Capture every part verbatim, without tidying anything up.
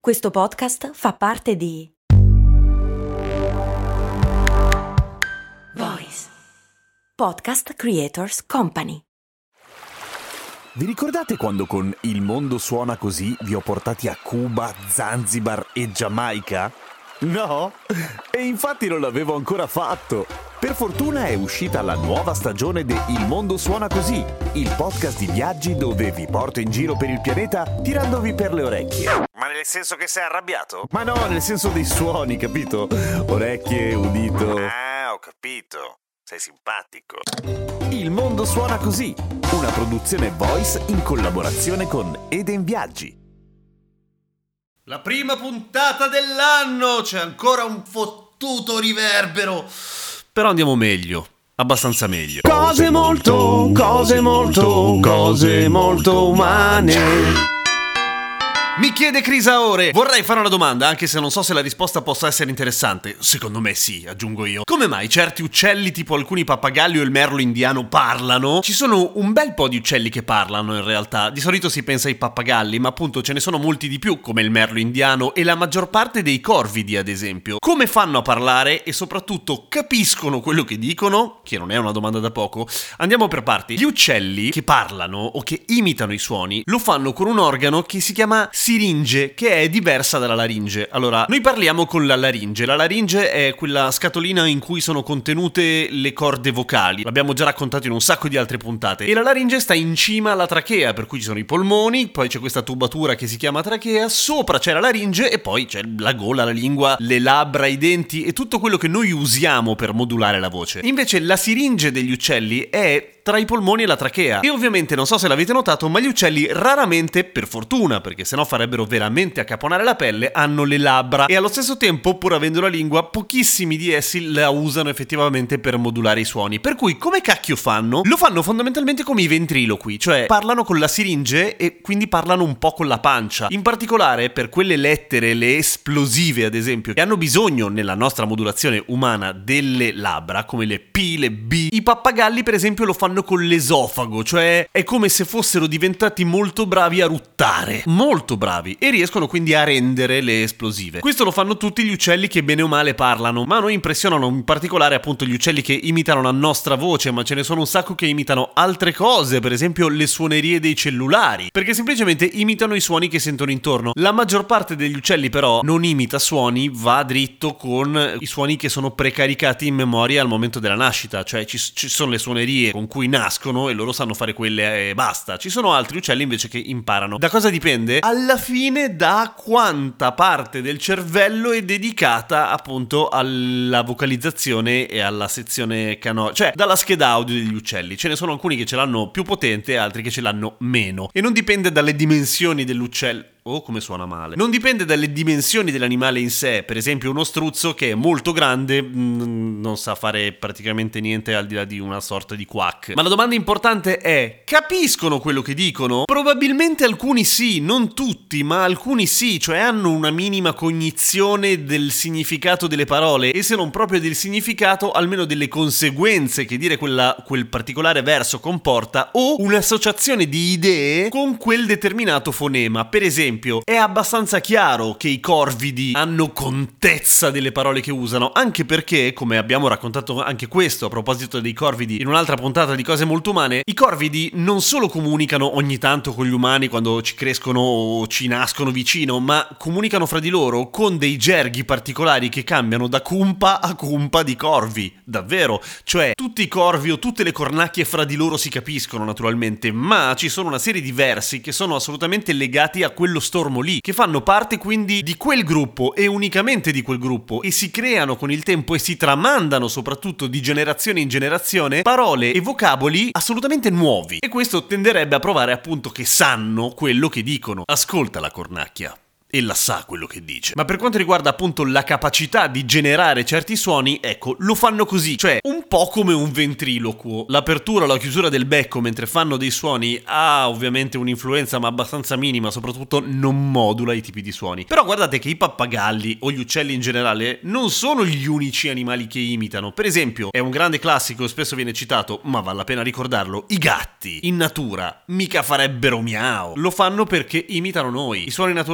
Questo podcast fa parte di Voice Podcast Creators Company. Vi ricordate quando con Il mondo suona così vi ho portati a Cuba, Zanzibar e Giamaica? No? E infatti non l'avevo ancora fatto. Per fortuna è uscita la nuova stagione di Il mondo suona così, il podcast di viaggi dove vi porto in giro per il pianeta tirandovi per le orecchie. Ma nel senso che sei arrabbiato? Ma no, nel senso dei suoni, capito? Orecchie, udito. Ah, ho capito. Sei simpatico. Il mondo suona così, una produzione Voice in collaborazione con Eden Viaggi. La prima puntata dell'anno, c'è ancora un fottuto riverbero. Però andiamo meglio, abbastanza meglio. Cose molto, cose molto, cose molto umane. Mi chiede Crisaore, vorrei fare una domanda, anche se non so se la risposta possa essere interessante. Secondo me sì, aggiungo io. Come mai certi uccelli, tipo alcuni pappagalli o il merlo indiano, parlano? Ci sono un bel po' di uccelli che parlano in realtà. Di solito si pensa ai pappagalli, ma appunto ce ne sono molti di più, come il merlo indiano e la maggior parte dei corvidi, ad esempio. Come fanno a parlare e soprattutto capiscono quello che dicono? Che non è una domanda da poco. Andiamo per parti. Gli uccelli che parlano o che imitano i suoni lo fanno con un organo che si chiama siringe, che è diversa dalla laringe. Allora, noi parliamo con la laringe. La laringe è quella scatolina in cui sono contenute le corde vocali. L'abbiamo già raccontato in un sacco di altre puntate. E la laringe sta in cima alla trachea, per cui ci sono i polmoni, poi c'è questa tubatura che si chiama trachea, sopra c'è la laringe e poi c'è la gola, la lingua, le labbra, i denti e tutto quello che noi usiamo per modulare la voce. Invece la siringe degli uccelli è tra i polmoni e la trachea. E ovviamente, non so se l'avete notato, ma gli uccelli raramente, per fortuna, perché sennò farebbero veramente a caponare la pelle, hanno le labbra. E allo stesso tempo, pur avendo la lingua, pochissimi di essi la usano effettivamente per modulare i suoni. Per cui, come cacchio fanno? Lo fanno fondamentalmente come i ventriloqui, cioè parlano con la siringe e quindi parlano un po' con la pancia. In particolare, per quelle lettere, le esplosive ad esempio, che hanno bisogno nella nostra modulazione umana delle labbra, come le P, le B, i pappagalli per esempio lo fanno con l'esofago, cioè è come se fossero diventati molto bravi a ruttare, molto bravi, e riescono quindi a rendere le esplosive. Questo lo fanno tutti gli uccelli che bene o male parlano, ma a noi impressionano in particolare appunto gli uccelli che imitano la nostra voce, ma ce ne sono un sacco che imitano altre cose, per esempio le suonerie dei cellulari, perché semplicemente imitano i suoni che sentono intorno. La maggior parte degli uccelli però non imita suoni, va dritto con i suoni che sono precaricati in memoria al momento della nascita, cioè ci, ci sono le suonerie con cui nascono e loro sanno fare quelle e basta. Ci sono altri uccelli invece che imparano. Da cosa dipende? Alla fine da quanta parte del cervello è dedicata appunto alla vocalizzazione e alla sezione cano, cioè dalla scheda audio degli uccelli. Ce ne sono alcuni che ce l'hanno più potente e altri che ce l'hanno meno. E non dipende dalle dimensioni dell'uccello. Oh, come suona male. Non dipende dalle dimensioni dell'animale in sé. Per esempio uno struzzo che è molto grande mh, non sa fare praticamente niente al di là di una sorta di quack. Ma la domanda importante è: capiscono quello che dicono? Probabilmente alcuni sì, non tutti, ma alcuni sì, cioè hanno una minima cognizione del significato delle parole, e se non proprio del significato, almeno delle conseguenze che dire quella, quel particolare verso comporta, o un'associazione di idee con quel determinato fonema. Per esempio, è abbastanza chiaro che i corvidi hanno contezza delle parole che usano, anche perché, come abbiamo raccontato anche questo a proposito dei corvidi in un'altra puntata di Cose Molto Umane, i corvidi non solo comunicano ogni tanto con gli umani quando ci crescono o ci nascono vicino, ma comunicano fra di loro con dei gerghi particolari che cambiano da cumpa a cumpa di corvi, davvero. Cioè, tutti i corvi o tutte le cornacchie fra di loro si capiscono naturalmente, ma ci sono una serie di versi che sono assolutamente legati a quello stormo lì, che fanno parte quindi di quel gruppo e unicamente di quel gruppo, e si creano con il tempo e si tramandano soprattutto di generazione in generazione parole e vocaboli assolutamente nuovi, e questo tenderebbe a provare appunto che sanno quello che dicono. Ascolta la cornacchia. ella sa quello che dice. Ma per quanto riguarda appunto la capacità di generare certi suoni, ecco, lo fanno così, cioè un po' come un ventriloquo. L'apertura o la chiusura del becco mentre fanno dei suoni ha ovviamente un'influenza ma abbastanza minima, soprattutto non modula i tipi di suoni. Però guardate che i pappagalli o gli uccelli in generale non sono gli unici animali che imitano. Per esempio, è un grande classico, spesso viene citato, ma vale la pena ricordarlo, i gatti in natura mica farebbero miau. Lo fanno perché imitano noi. I suoni naturali del gatto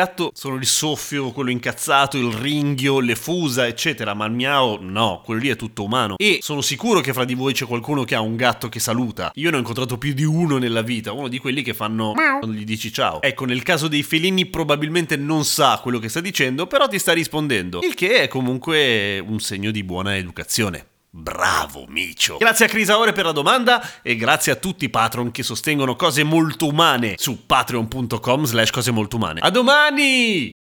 gatto sono il soffio, quello incazzato, il ringhio, le fusa, eccetera, ma il miao no, quello lì è tutto umano. E sono sicuro che fra di voi c'è qualcuno che ha un gatto che saluta. Io ne ho incontrato più di uno nella vita, uno di quelli che fanno quando gli dici ciao. Ecco, nel caso dei felini probabilmente non sa quello che sta dicendo, però ti sta rispondendo, il che è comunque un segno di buona educazione. Bravo Micio. Grazie a Crisaore per la domanda e grazie a tutti i patron che sostengono Cose Molto Umane su patreon punto com slash cose molto umane. A domani!